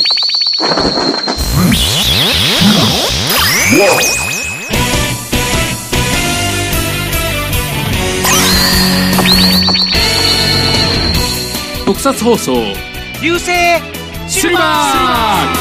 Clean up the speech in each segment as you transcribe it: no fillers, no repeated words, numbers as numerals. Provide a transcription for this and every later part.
特撮放送流星シルバー。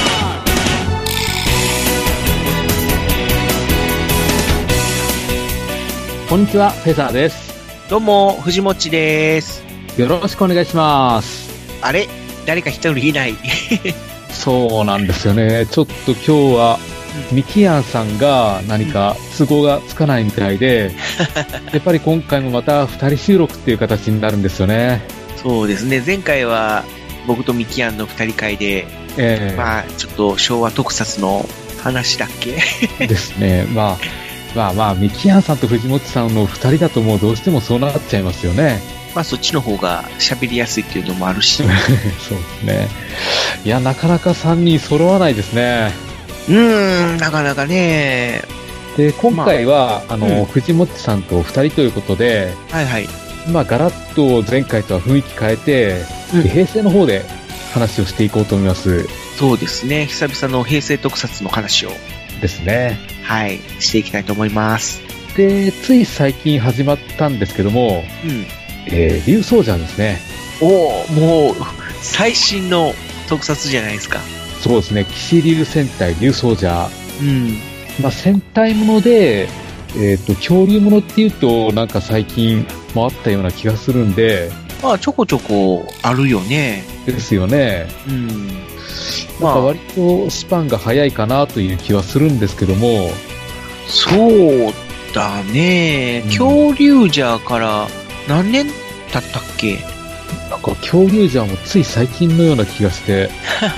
こんにちは、フェザーです。 どうも藤もっちです。 よろしくお願いします。 あれ、誰か一人いないそうなんですよね。ちょっと今日はミキヤンさんが何か都合がつかないみたいで、やっぱり今回もまた2人収録っていう形になるんですよね。 そうですね、前回は僕とミキヤンの2人会で、まあちょっと昭和特撮の話だっけですね。まあミキヤンさんと藤本さんの2人だともうどうしてもそうなっちゃいますよね。 まあそっちの方が喋りやすいっていうのもあるしそうですね。いや、なかなか3人揃わないですね。 なかなかね。 で、今回は、藤本さんと2人ということで、 はいはい。 まあ、ガラッと前回とは雰囲気変えて、平成の方で話をしていこうと思います。 そうですね。久々の平成特撮の話を。ですね。 はい。していきたいと思います。 で、つい最近始まったんですけども、竜奏者ですね。 もう、最新の特撮じゃないですか。 そうですね。騎士竜戦隊竜奏者。まあ、戦隊もので、恐竜ものっていうと、なんか最近もあったような気がするんで。 まあ、ちょこちょこあるよね。 ですよね。なんか割とスパンが早いかなという気はするんですけども。 そうだね。恐竜ジャーから何年経ったっけ？ なんか恐竜ジャーもつい最近のような気がして。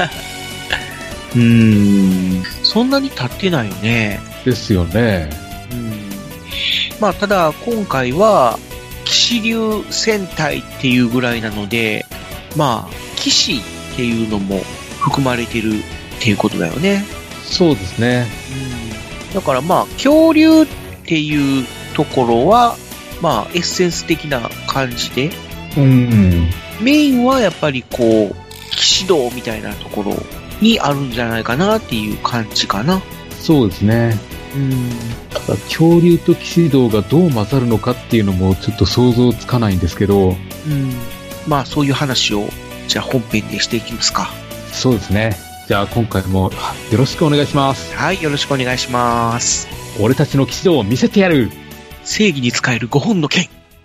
そんなに経ってないよね。 ですよね。 まあ、ただ今回は騎士竜戦隊っていうぐらいなので、まあ騎士っていうのも含まれてるっていうことだよね。 そうですね。 だからまあ恐竜っていうところはまあエッセンス的な感じで、メインはやっぱりこう騎士道みたいなところにあるんじゃないかなっていう感じかな。 そうですね。ただ恐竜と騎士道がどう混ざるのかっていうのもちょっと想像つかないんですけど、 まあそういう話をじゃあ本編でしていきますか。 そうですね。じゃあ今回もよろしくお願いします。 はい、よろしくお願いします。 俺たちの騎士道を見せてやる。 正義に使える5本の剣。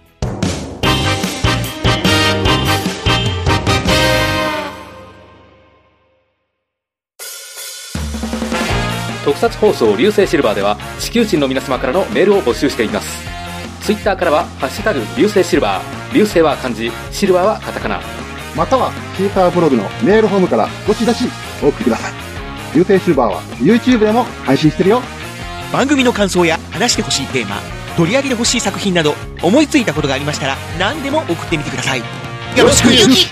特撮放送流星シルバーでは地球人の皆様からのメールを募集しています。ツイッターからはハッシュタグ流星シルバー、流星は漢字、シルバーはカタカナ、 またはシーターブログのメールフォームからどしどしお送りください。流星シルバーは YouTube でも配信してるよ。 番組の感想や話してほしいテーマ、取り上げてほしい作品など思いついたことがありましたら何でも送ってみてください。よろしくゆき。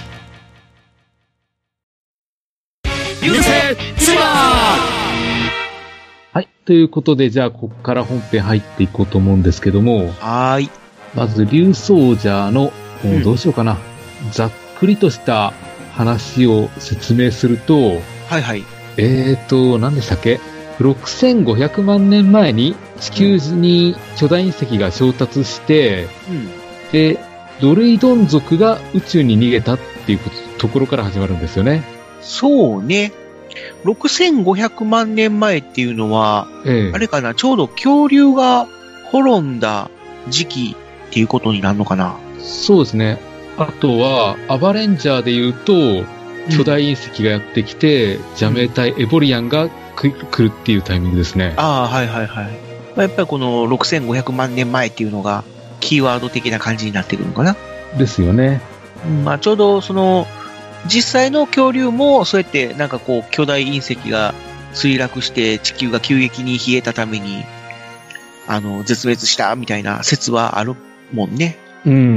流星シルバー。はい。ということで、じゃあ、ここから本編入っていこうと思うんですけども。 はい。 まず、竜奏者の、どうしようかな。ざっくりとした話を説明すると、 はいはい。 何でしたっけ？ 6500 万年前に地球に巨大隕石が衝突して、で、ドルイドン族が宇宙に逃げたっていうところから始まるんですよね。 そうね。6500万年前っていうのは、あれかな、ちょうど恐竜が滅んだ時期っていうことになるのかな。 そうですね。あとは、アバレンジャーで言うと、巨大隕石がやってきて、邪命体エボリアンが来るっていうタイミングですね。 はいはいはい。まあ、やっぱりこの6500万年前っていうのが、キーワード的な感じになってくるのかな。 ですよね。 まあちょうどその、実際の恐竜もそうやってなんかこう巨大隕石が墜落して地球が急激に冷えたために絶滅したみたいな説はあるもんね。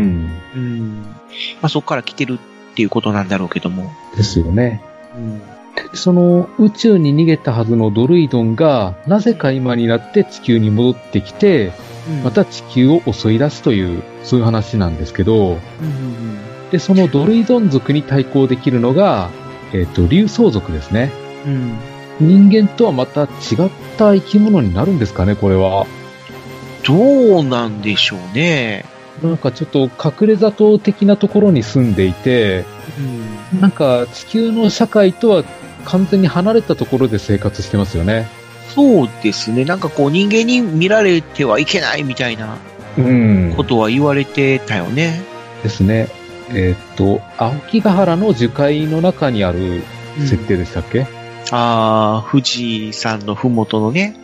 まあそこから来てるっていうことなんだろうけども。 ですよね。その宇宙に逃げたはずのドルイドンがなぜか今になって地球に戻ってきて、また地球を襲い出すというそういう話なんですけど、で、そのドルイドン族に対抗できるのが、 竜相族ですね。 うん。 人間とはまた違った生き物になるんですかね、これは。 どうなんでしょうね。 なんかちょっと隠れ里的なところに住んでいて、なんか地球の社会とは完全に離れたところで生活してますよね。 そうですね。なんかこう人間に見られてはいけないみたいなことは言われてたよね。 ですね。青木ヶ原の樹海の中にある設定でしたっけ？ ああ、富士山のふもとのね。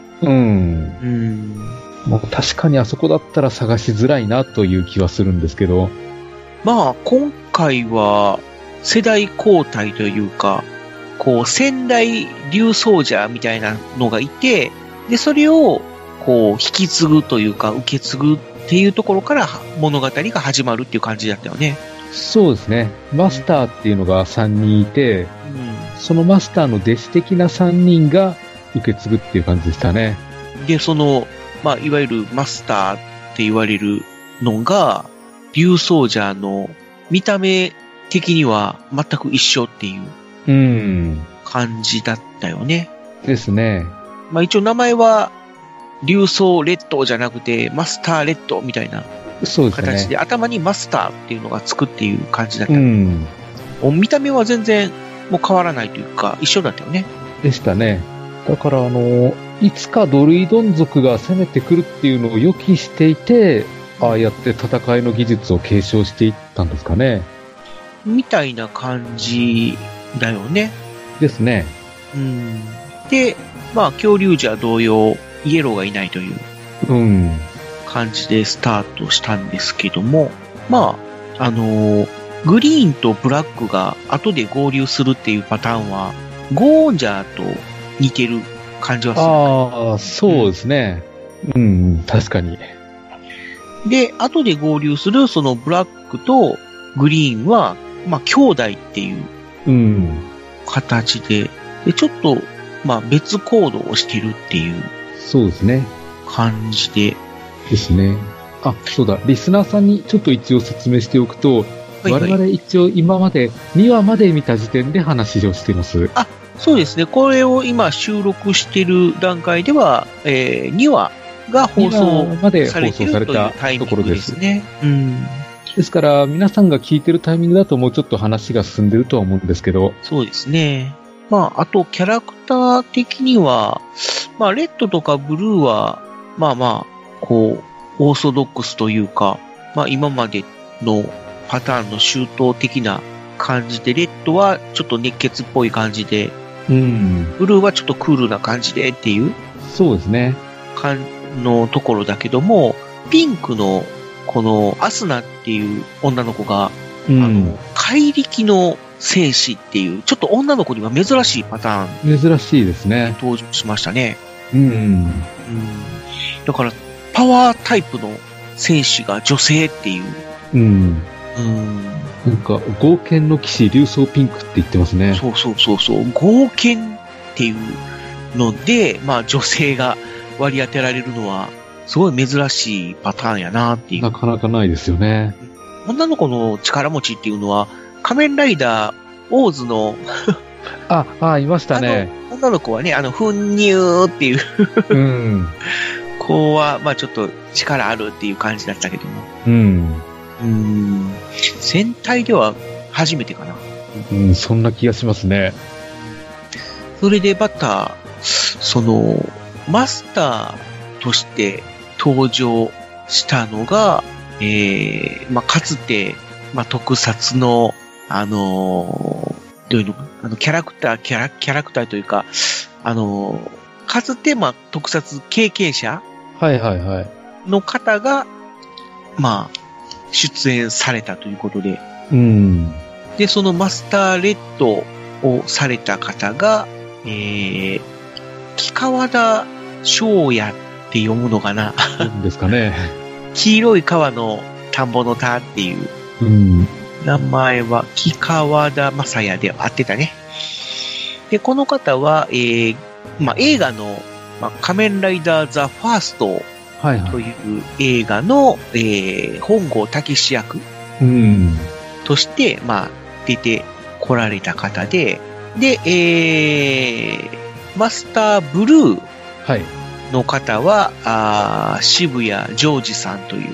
もう確かにあそこだったら探しづらいなという気はするんですけど。 まあ、今回は世代交代というか、こう、先代竜奏者みたいなのがいて、で、それを、こう、引き継ぐというか、受け継ぐっていうところから物語が始まるっていう感じだったよね。 そうですね。マスターっていうのが3人いて、そのマスターの弟子的な3人が受け継ぐっていう感じでしたね。 で、その、まあ、いわゆるマスターって言われるのが、竜奏者の見た目的には全く一緒っていう感じだったよね。 ですね。 まあ一応名前は竜奏レッドじゃなくてマスターレッドみたいな形で、頭にマスターっていうのがつくっていう感じだった。見た目は全然もう変わらないというか一緒だったよね。 でしたね。だからいつかドルイドン族が攻めてくるっていうのを予期していて、ああやって戦いの技術を継承していったんですかね。 みたいな感じだよね。 ですね。 で、まあ恐竜じゃ同様、イエローがいないという感じでスタートしたんですけども、まあ、グリーンとブラックが後で合流するっていうパターンは、ゴーンジャーと似てる感じはする。 ああ、そうですね。確かに。 で、後で合流するそのブラックとグリーンは、まあ、兄弟っていう形で、ちょっと、まあ、別行動をしてるっていう。 そうですね。 感じで。 ですね。あ、そうだ。リスナーさんにちょっと一応説明しておくと、我々一応今まで2話まで見た時点で話をしています。 あ、そうですね。これを今収録している段階では、2話が放送されているというタイミングですね。 ですから、皆さんが聞いてるタイミングだともうちょっと話が進んでるとは思うんですけど。 そうですね。まあ、あと、キャラクター的には、まあ、レッドとかブルーは、まあまあ、こう、オーソドックスというか、まあ、今までのパターンの周到的な感じで、レッドはちょっと熱血っぽい感じで、ブルーはちょっとクールな感じでっていう。 そうですね。 のところだけども、ピンクのこのアスナっていう女の子が、怪力の戦士っていう、ちょっと女の子には珍しいパターン。 珍しいですね。 登場しましたね。だから、パワータイプの戦士が女性っていう。 なんか、剛健の騎士、竜装ピンクって言ってますね。 そう。剛健っていうので、まあ女性が割り当てられるのは、すごい珍しいパターンやなっていう。 なかなかないですよね。 女の子の力持ちっていうのは、仮面ライダー、オーズのいましたね。 女の子はね、粉乳っていう子は、まあちょっと力あるっていう感じだったけども。戦隊では初めてかな。 そんな気がしますね。 それでまた、その、マスターとして登場したのが、まあ、かつて、まあ、特撮の、どういうの、キャラクターというか、かつて、まあ、特撮経験者の方が、まあ、出演されたということで、で、そのマスターレッドをされた方が、木川田翔也って読むのかなですかね。 黄色い川の田んぼの田っていう。名前は木川田正也で合ってたね。で、この方は、まあ、映画の、まあ、仮面ライダーザ・ファーストという映画の、本郷武史役として、まあ、出てこられた方で、 で、マスターブルーの方は、渋谷ジョージさんという、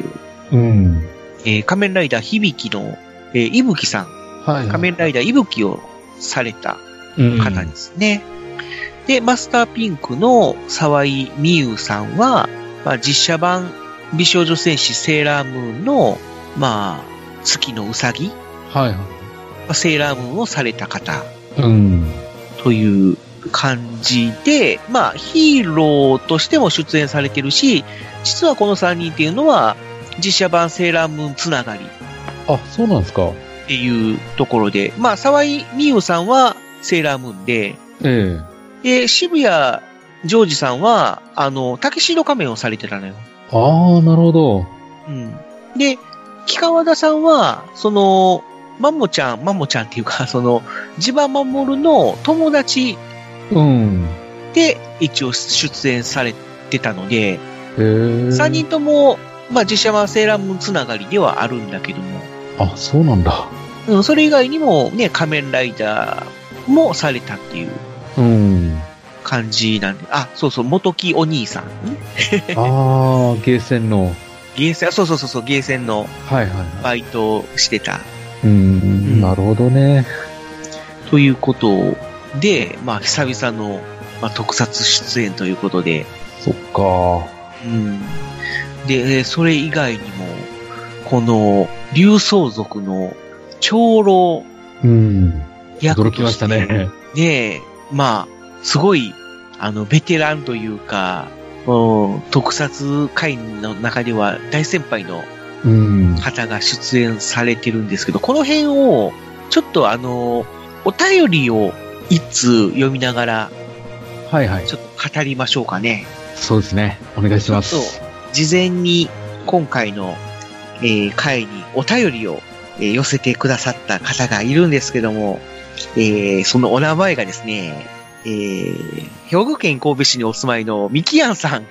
仮面ライダー響の、伊吹さん、仮面ライダー伊吹をされた方ですね。で、マスターピンクの沢井美優さんは、実写版美少女戦士セーラームーンの、月のうさぎ、セーラームーンをされた方、という感じで、ヒーローとしても出演されてるし、実はこの3人っていうのは、実写版セーラームーンつながり。 あ、そうなんですか。 っていうところで、沢井美優さんはセーラームーンで、で、渋谷ジョージさんは、タキシード仮面をされてたのよ。 ああ、なるほど。 で、木川田さんは、マモちゃんっていうか、ジバマモルの友達で一応出演されてたので、3人とも、実写版セーラームーンつながりではあるんだけども。 あ、そうなんだ。 それ以外にもね、仮面ライダーもされたっていう感じなんで、そうそう、元木お兄さん。 ゲーセンの。 そう、ゲーセンのバイトをしてた。 なるほどね。 ということで、久々の、特撮出演ということで。 そっか。 で、それ以外にも、この、竜相族の長老役として。 驚きましたね。 ねすごい、ベテランというか、特撮界の中では大先輩の方が出演されてるんですけど、この辺を、ちょっとお便りを一通読みながら、ちょっと語りましょうかね。 そうですね。お願いします。 事前に今回の、回にお便りを、寄せてくださった方がいるんですけども、そのお名前がですね、兵庫県神戸市にお住まいのミキヤンさん。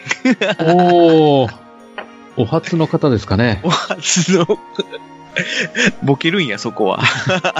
お初の方ですかね。 お初の、ボケるんや、そこは。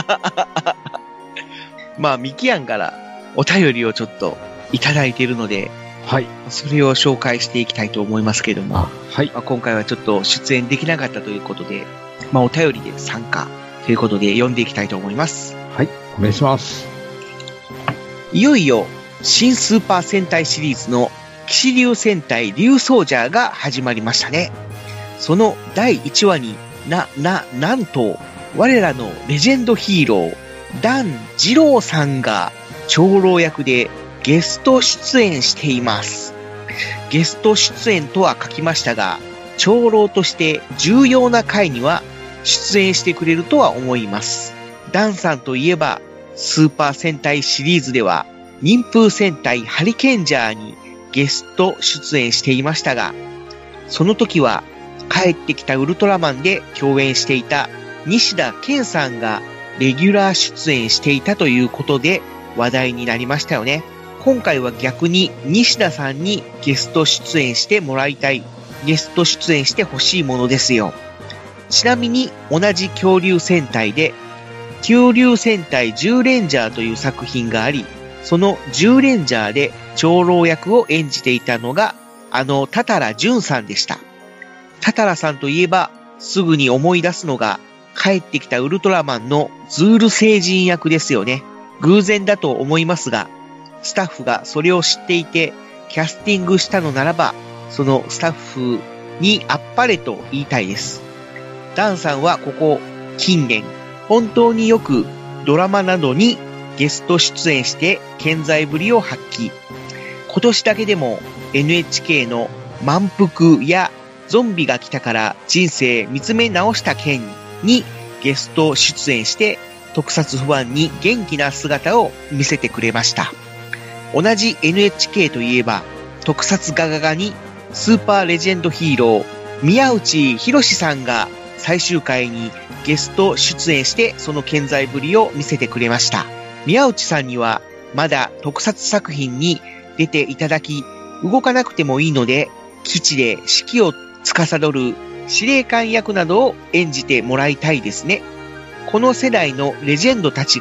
ミキヤンからお便りをちょっといただいているので、それを紹介していきたいと思いますけれども、今回はちょっと出演できなかったということで、お便りで参加ということで読んでいきたいと思います。 お願いします。 いよいよ新スーパー戦隊シリーズの騎士流戦隊竜ソージャーが始まりましたね。その第1話になんと我らのレジェンドヒーローダン・ジローさんが長老役でゲスト出演しています。ゲスト出演とは書きましたが、長老として重要な回には出演してくれるとは思います。ダンさんといえば、スーパー戦隊シリーズでは、忍風戦隊ハリケンジャーにゲスト出演していましたが、その時は帰ってきたウルトラマンで共演していた西田健さんがレギュラー出演していたということで話題になりましたよね。今回は逆に西田さんにゲスト出演してもらいたい、ゲスト出演してほしいものですよ。ちなみに同じ恐竜戦隊で恐竜戦隊10レンジャーという作品があり、その10レンジャーで長老役を演じていたのが多々良潤さんでした。多々良さんといえばすぐに思い出すのが帰ってきたウルトラマンのズール星人役ですよね。偶然だと思いますが、スタッフがそれを知っていてキャスティングしたのならば、そのスタッフにあっぱれと言いたいです。ダンさんはここ近年本当によくドラマなどにゲスト出演して健在ぶりを発揮。今年だけでも NHK の満腹やゾンビが来たから人生見つめ直した件にゲスト出演して特撮ファンに元気な姿を見せてくれました。同じ NHK といえば特撮ガガガにスーパーレジェンドヒーロー宮内博さんが最終回にゲスト出演してその健在ぶりを見せてくれました。宮内さんにはまだ特撮作品に出ていただき、動かなくてもいいので基地で指揮を司る司令官役などを演じてもらいたいですね。この世代のレジェンドたちが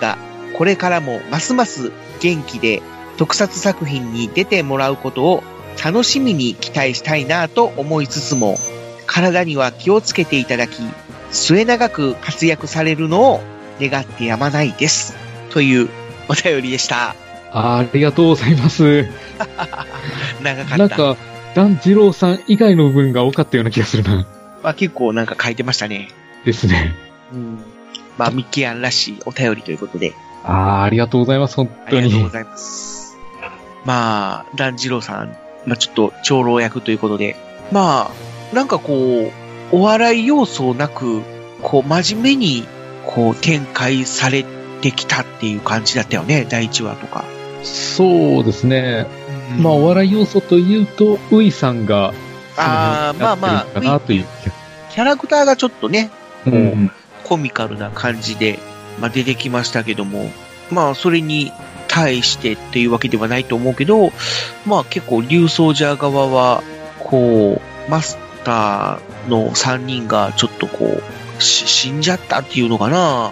これからもますます元気で特撮作品に出てもらうことを楽しみに期待したいなと思いつつも、体には気をつけていただき、末永く活躍されるのを願ってやまないです。というお便りでした。 ありがとうございます。 長かった。 なんか、団次郎さん以外の部分が多かったような気がするな。 結構なんか書いてましたね。 ですね。 ミッキーアンらしいお便りということで。 ありがとうございます、本当に。 ありがとうございます。団次郎さん、ちょっと長老役ということで。なんかこう、お笑い要素なく、こう、真面目に、こう、展開されてきたっていう感じだったよね、第1話とか。 そうですね。お笑い要素というと、ウイさんが、かなという。 キャラクターがちょっとね、コミカルな感じで、出てきましたけども、それに対してっていうわけではないと思うけど、結構、竜奏者側は、こう、マスターの3人がちょっとこう、死んじゃったっていうのかな。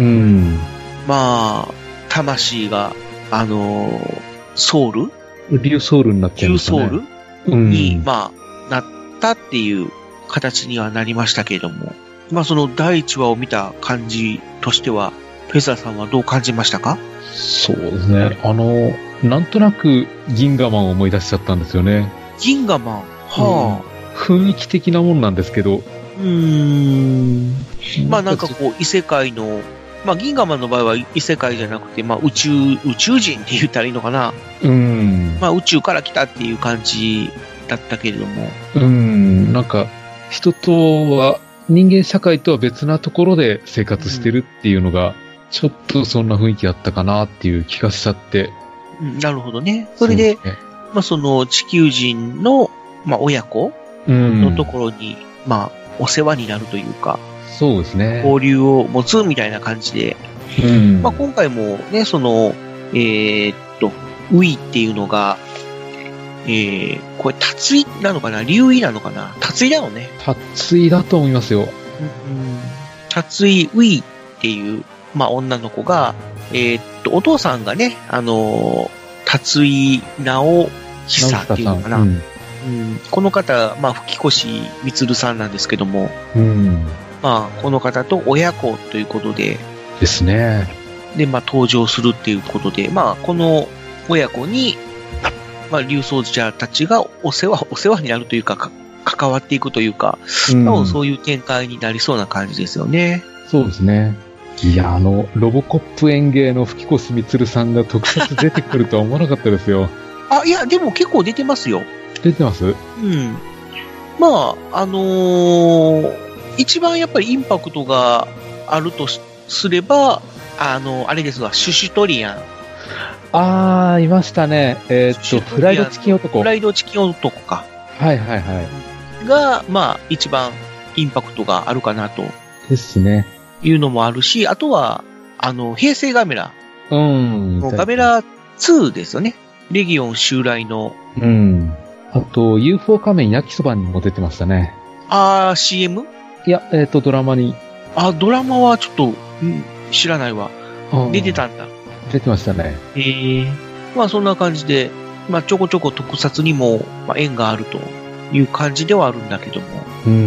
魂が、ソウル竜ソウルになっちゃいましたね。 竜ソウルに、なったっていう形にはなりましたけれども、その第1話を見た感じとしては、フェザーさんはどう感じましたか？ そうですね。なんとなく銀河マンを思い出しちゃったんですよね。 銀河マン雰囲気的なもんなんですけど。 なんかこう、異世界の、銀河マンの場合は異世界じゃなくて、宇宙人って言ったらいいのかな。宇宙から来たっていう感じだったけれども。 なんか、人とは、人間社会とは別なところで生活してるっていうのが、ちょっとそんな雰囲気あったかなっていう気がしちゃって。 なるほどね。それで、その地球人の、親子のところに、お世話になるというか、 そうですね。 交流を持つみたいな感じで、今回もね、その、ウィっていうのが、これ、達意なのかな？竜意なのかな？達意だよね。 達意だと思いますよ。 達意、ウィっていう、女の子が、お父さんがね、達意直久っていうのかな。この方、吹越充さんなんですけども、この方と親子ということで、 ですね。 で、登場するっていうことで、この親子に、竜奏者たちがお世話になるというか、関わっていくというか、そういう展開になりそうな感じですよね。 そうですね。いや、ロボコップ演芸の吹越充さんが特撮出てくるとは思わなかったですよ。 いや、でも結構出てますよ。 出てます？ 一番やっぱりインパクトがあるとすれば、あれですわ、シュシュトリアン。 いましたね。フライドチキン男。 フライドチキン男か。が、一番インパクトがあるかなと。 ですね。 いうのもあるし、あとは、平成ガメラ。ガメラ2ですよね。レギオン襲来の。 あと、UFO 仮面焼きそばにも出てましたね。 CM？ いや、ドラマに。 ドラマはちょっと、知らないわ。出てたんだ。 出てましたね。 そんな感じで、ちょこちょこ特撮にも、縁があるという感じではあるんだけども。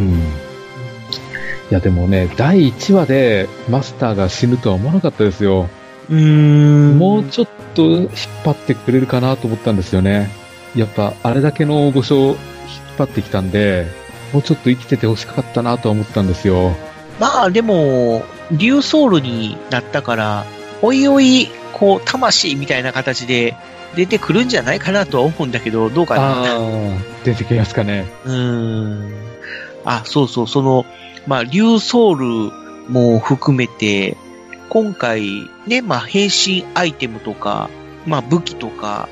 いや、でもね、第1話でマスターが死ぬとは思わなかったですよ。もうちょっと引っ張ってくれるかなと思ったんですよね。やっぱ、あれだけの大御所を引っ張ってきたんで、もうちょっと生きててほしかったなとは思ったんですよ。 でも、竜ソウルになったから、おいおい、こう、魂みたいな形で出てくるんじゃないかなとは思うんだけど、どうかな。 出てきますかね。 そうそう、その、竜ソウルも含めて、今回ね、変身アイテムとか、武器とか、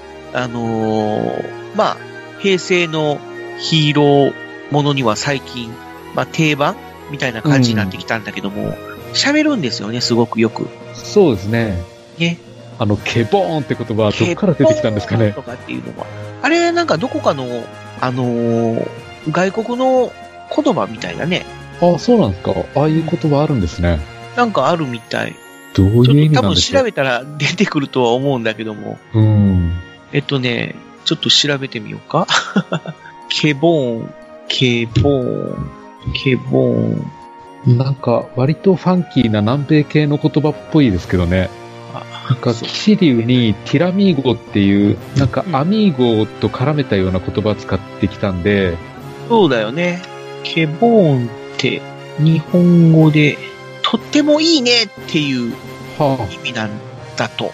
平成のヒーローものには最近、定番みたいな感じになってきたんだけども、喋るんですよね、すごくよく。 そうですね。 ね。 ケボーンって言葉はどこから出てきたんですかね。 とかっていうのは。あれ、なんかどこかの、外国の言葉みたいなね。 そうなんですか。ああいう言葉あるんですね。 なんかあるみたい。 どういう意味なんでしょう。 多分調べたら出てくるとは思うんだけども。ちょっと調べてみようか。ケボーン。 なんか、割とファンキーな南米系の言葉っぽいですけどね。なんか、キシリュウにティラミーゴっていう、なんかアミーゴと絡めたような言葉を使ってきたんで。 そうだよね。ケボーンって日本語でとってもいいねっていう意味なんだと。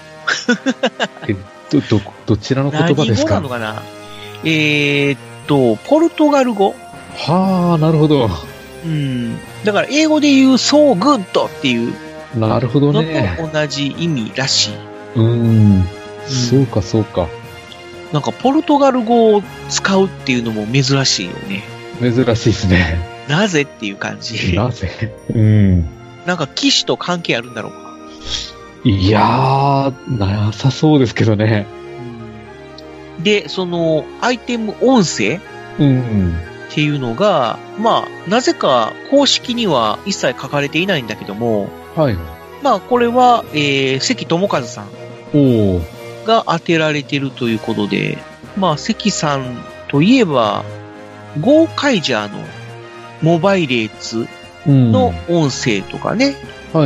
どちらの言葉ですか？ 何語なのかな？ポルトガル語。 はあ、なるほど。 だから英語で言う so good っていうなるほどね。 のと同じ意味らしい。 そうかそうか。 なんかポルトガル語を使うっていうのも珍しいよね。 珍しいですね。 なぜっていう感じ。 なぜ？ なんか騎士と関係あるんだろうか。 いやー、なさそうですけどね。 で、そのアイテム音声っていうのが、まあ、なぜか公式には一切書かれていないんだけども、まあ、これは、関智和さんが当てられてるということで、まあ、関さんといえば、ゴーカイジャーのモバイレーツの音声とかね。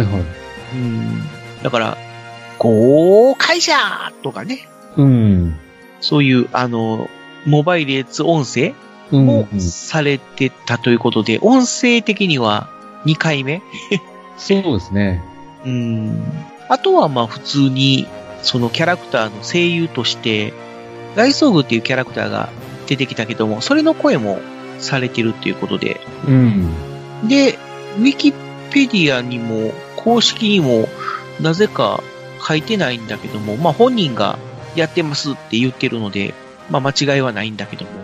だから、ゴーカイジャーとかね。そういう、モバイレーツ音声もされてたということで、音声的には2回目そうですね。 あとはまあ普通に、そのキャラクターの声優として、ライソーグっていうキャラクターが出てきたけども、それの声もされてるっていうことで。で、ウィキペディアにも、公式にもなぜか書いてないんだけども、まあ本人がやってますって言ってるので、まあ間違いはないんだけども。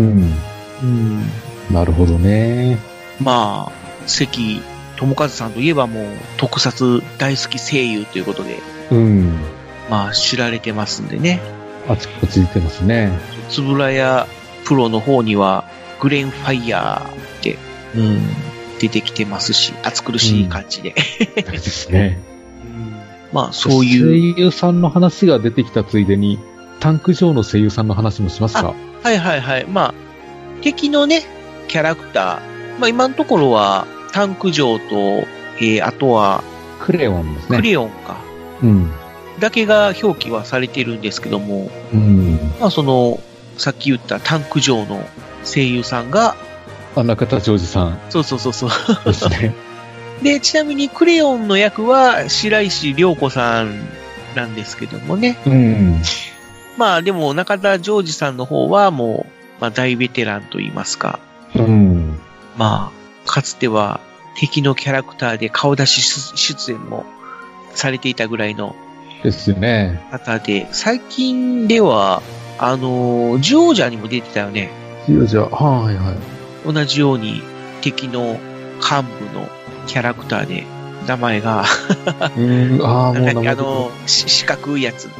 なるほどね。 まあ、関智和さんといえばもう特撮大好き声優ということで、まあ知られてますんでね。 あちこち出てますね。 つぶらやプロの方にはグレンファイヤーって、出てきてますし、暑苦しい感じで。 ですね。 まあそういう。 声優さんの話が出てきたついでに、タンク上の声優さんの話もしますか？ まあ、敵のね、キャラクター。まあ今のところは、タンク上と、あとは、 クレヨンですね。 クレヨンか。だけが表記はされてるんですけども、まあその、さっき言ったタンク上の声優さんが、 中田ジョージさん。 そう。 ですね。 で、ちなみにクレヨンの役は白石涼子さんなんですけどもね。まあでも中田ジョージさんの方はもう、まあ大ベテランと言いますか。まあ、かつては敵のキャラクターで顔出し出演もされていたぐらいのですよね。 方で、最近では、ジョージャーにも出てたよね。 ジョージャー、 同じように敵の幹部のキャラクターで、名前が四角いやつ。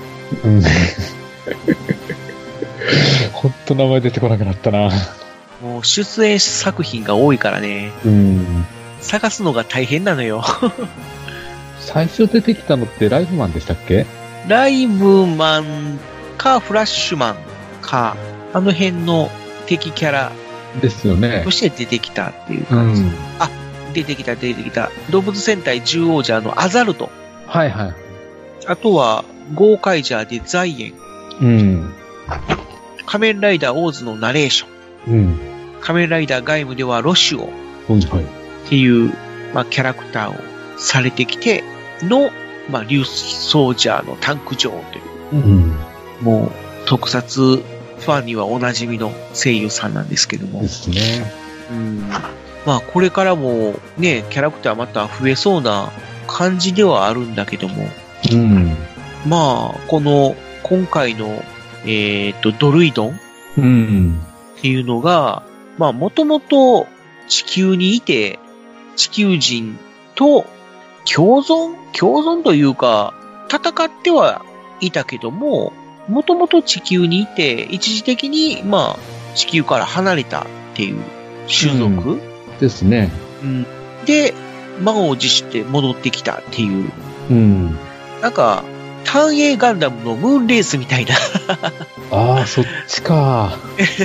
ほんと名前出てこなくなったな。 もう出演作品が多いからね。探すのが大変なのよ。 最初出てきたのってライブマンでしたっけ？ ライブマンかフラッシュマンか、あの辺の敵キャラですよね。 そして出てきたっていう感じ。出てきた。動物戦隊獣王者のアザルト。あとは、ゴーカイジャーでザイエン。仮面ライダーオーズのナレーション。仮面ライダーガイムではロシュオ。っていう、まあ、キャラクターをされてきての、まあ、リューソージャーのタンク女王という。もう、特撮ファンにはおなじみの声優さんなんですけども。 ですね。 まあ、これからもね、キャラクターまた増えそうな感じではあるんだけども。まあ、今回の、ドルイドンっていうのが、まあ、もともと地球にいて、地球人と共存というか、戦ってはいたけども、もともと地球にいて、一時的に、まあ、地球から離れたっていう種族、 ですね。 で、満を持して戻ってきたっていううん。 なんか、単影ガンダムのムーンレースみたいなああ、そっちか。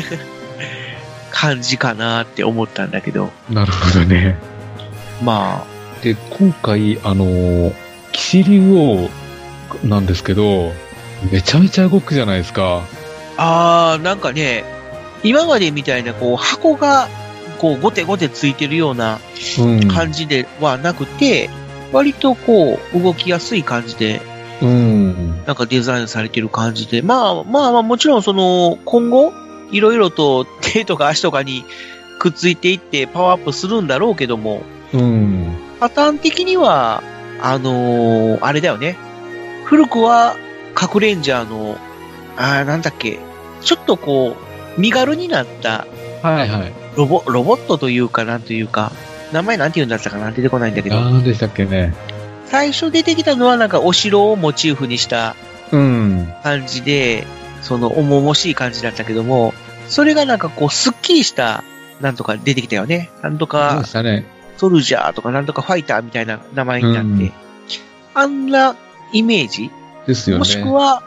感じかなって思ったんだけど。 なるほどね。 まあ。で、今回、騎士竜王なんですけど、めちゃめちゃ動くじゃないですか。 なんかね、今までみたいな、こう、箱が、こう、ゴテゴテついてるような感じではなくて、割とこう、動きやすい感じで、なんかデザインされてる感じで、まあ、もちろん今後、いろいろと手とか足とかにくっついていってパワーアップするんだろうけども、パターン的には、あれだよね。古くは、核レンジャーの、なんだっけ、ちょっとこう、身軽になった、ロボットというか、なんというか、名前なんて言うんだったかな、出てこないんだけど。 何でしたっけね。 最初出てきたのはなんかお城をモチーフにした感じで、重々しい感じだったけども、それがなんかこう、すっきりした、なんとか出てきたよね。なんとか、ソルジャーとかなんとかファイターみたいな名前になって、あんなイメージですよね。 もしくは、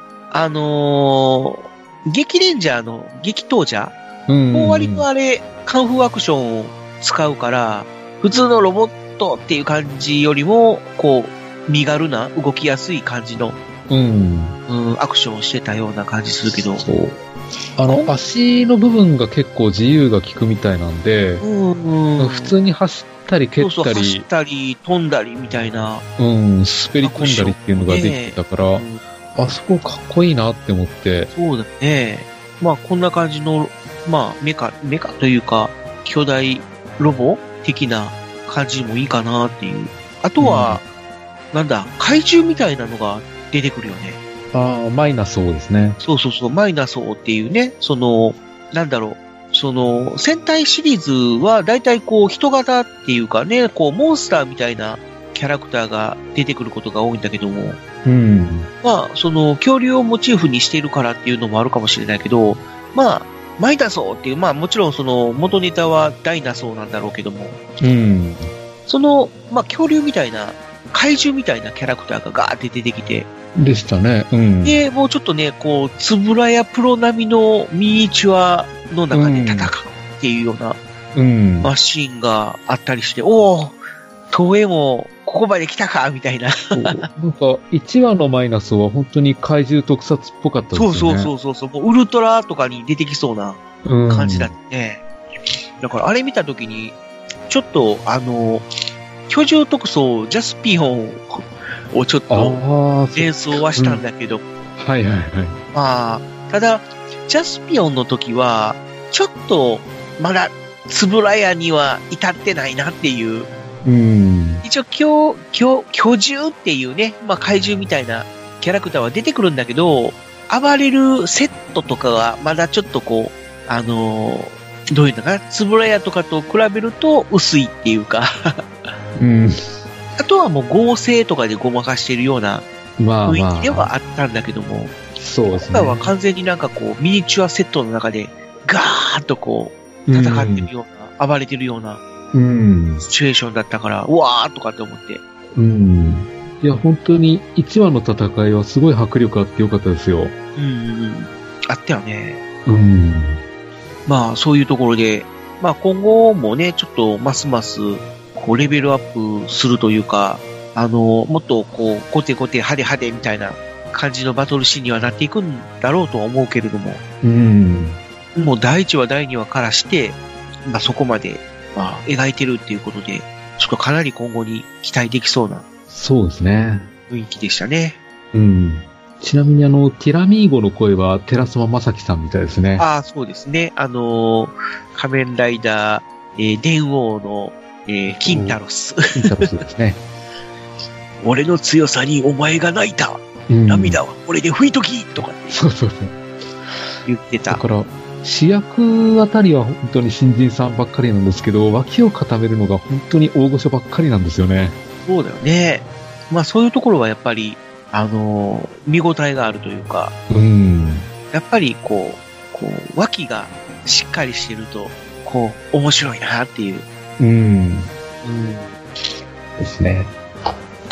激レンジャーの激闘者もう割とあれ、カンフーアクションを使うから、普通のロボットっていう感じよりも、こう、身軽な、動きやすい感じの、アクションをしてたような感じするけど。 そう。足の部分が結構自由が利くみたいなんで、普通に走ったり蹴ったり。そう走ったり、飛んだりみたいな。 滑り込んだりっていうのができてたから、あそこかっこいいなって思って。 そうだね。まあ、こんな感じの、まあ、メカというか、巨大ロボ的な感じもいいかなっていう。あとは、なんだ、怪獣みたいなのが出てくるよね。 マイナソーですね。 そう、マイナソーっていうね、なんだろう、戦隊シリーズは大体こう人型っていうかね、こうモンスターみたいなキャラクターが出てくることが多いんだけども、まあ、恐竜をモチーフにしているからっていうのもあるかもしれないけど、まあ、マイナソーっていう、まあもちろん元ネタはダイナソーなんだろうけども、まあ恐竜みたいな、怪獣みたいなキャラクターがガーって出てきて、 でしたね。 で、もうちょっとね、こう、つぶらやプロ並みのミニチュアの中で戦うっていうような、マシーンがあったりして、おー、東映もここまで来たかみたいな。 なんか、1話のマイナスは本当に怪獣特撮っぽかったですよね。 そう。もうウルトラとかに出てきそうな感じだってね。だからあれ見たときに、ちょっと居住特捜ジャスピオンをちょっと連想はしたんだけど。まあ、ただ、ジャスピオンの時は、ちょっと、まだ、つぶらやには至ってないなっていう。一応、居住っていうね、まあ怪獣みたいなキャラクターは出てくるんだけど、暴れるセットとかはまだちょっとこう、どういうのかな、つぶらやとかと比べると薄いっていうか、あとはもう合成とかでごまかしているような雰囲気ではあったんだけども、 そうですね。 今回は完全になんかこう、ミニチュアセットの中でガーッとこう、戦ってるような、暴れてるような、シチュエーションだったから、うわーとかって思って。 いや、本当に1話の戦いはすごい迫力あってよかったですよ。 あったよね。まあ、そういうところで、まあ今後もね、ちょっとますます、こう、レベルアップするというか、もっとこう、ゴテゴテ派手派手みたいな感じのバトルシーンにはなっていくんだろうとは思うけれども、もう第1話、第2話からして、まあそこまで、まあ描いてるっていうことで、ちょっとかなり今後に期待できそうな。 そうですね。 雰囲気でしたね。 ちなみにティラミーゴの声は寺島正樹さんみたいですね。 そうですね。仮面ライダー、電王の、キンタロス。 キンタロスですね。 俺の強さにお前が泣いた。涙は俺で拭いときとかって。 そう。 言ってた。 だから、主役あたりは本当に新人さんばっかりなんですけど、脇を固めるのが本当に大御所ばっかりなんですよね。 そうだよね。まあそういうところはやっぱり、見応えがあるというか、やっぱりこう、脇がしっかりしてると、こう、面白いなっていう。 ですね。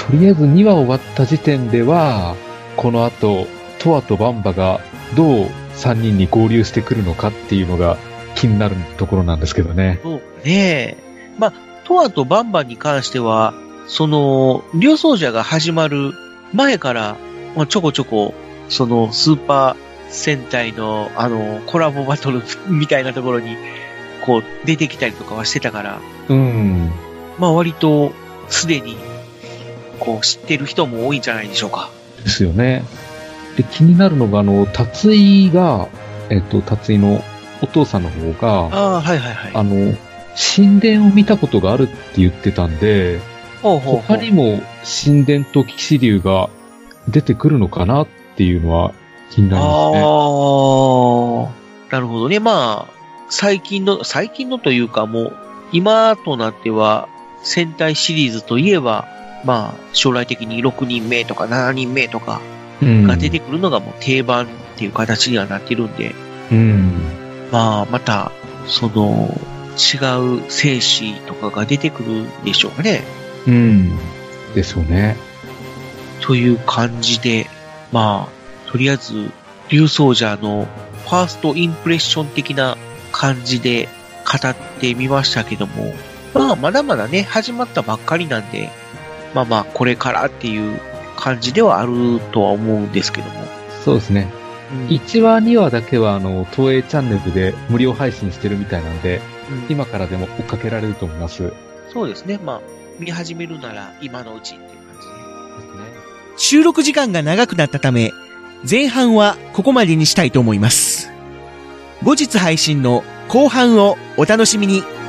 とりあえず2話終わった時点では、この後、トアとバンバがどう3人に合流してくるのかっていうのが気になるところなんですけどね。 そうね。まあ、トアとバンバに関しては、竜奏者が始まる前から、まあ、ちょこちょこ、スーパー戦隊の、コラボバトルみたいなところに、こう、出てきたりとかはしてたから、まあ、割と、すでに、こう、知ってる人も多いんじゃないでしょうか。 ですよね。で、気になるのが、達井が、達井のお父さんの方が、 はいはいはい。 神殿を見たことがあるって言ってたんで、他にも神殿と騎士竜が出てくるのかなっていうのは気になりますね。 なるほどね。まあ、最近のというかもう、今となっては、戦隊シリーズといえば、まあ、将来的に6人目とか7人目とかが出てくるのがもう定番っていう形にはなってるんで、まあ、また、違う生死とかが出てくるんでしょうかね。 でしょうね。 という感じで、まあ、とりあえず、竜奏者のファーストインプレッション的な感じで語ってみましたけども、まあ、まだまだね、始まったばっかりなんで、まあまあ、これからっていう感じではあるとは思うんですけども。 そうですね。1話、2話だけは、東映チャンネルで無料配信してるみたいなんで、今からでも追っかけられると思います。 そうですね。まあ、見始めるなら今のうちっていう感じですね。 収録時間が長くなったため、前半はここまでにしたいと思います。後日配信の後半をお楽しみに。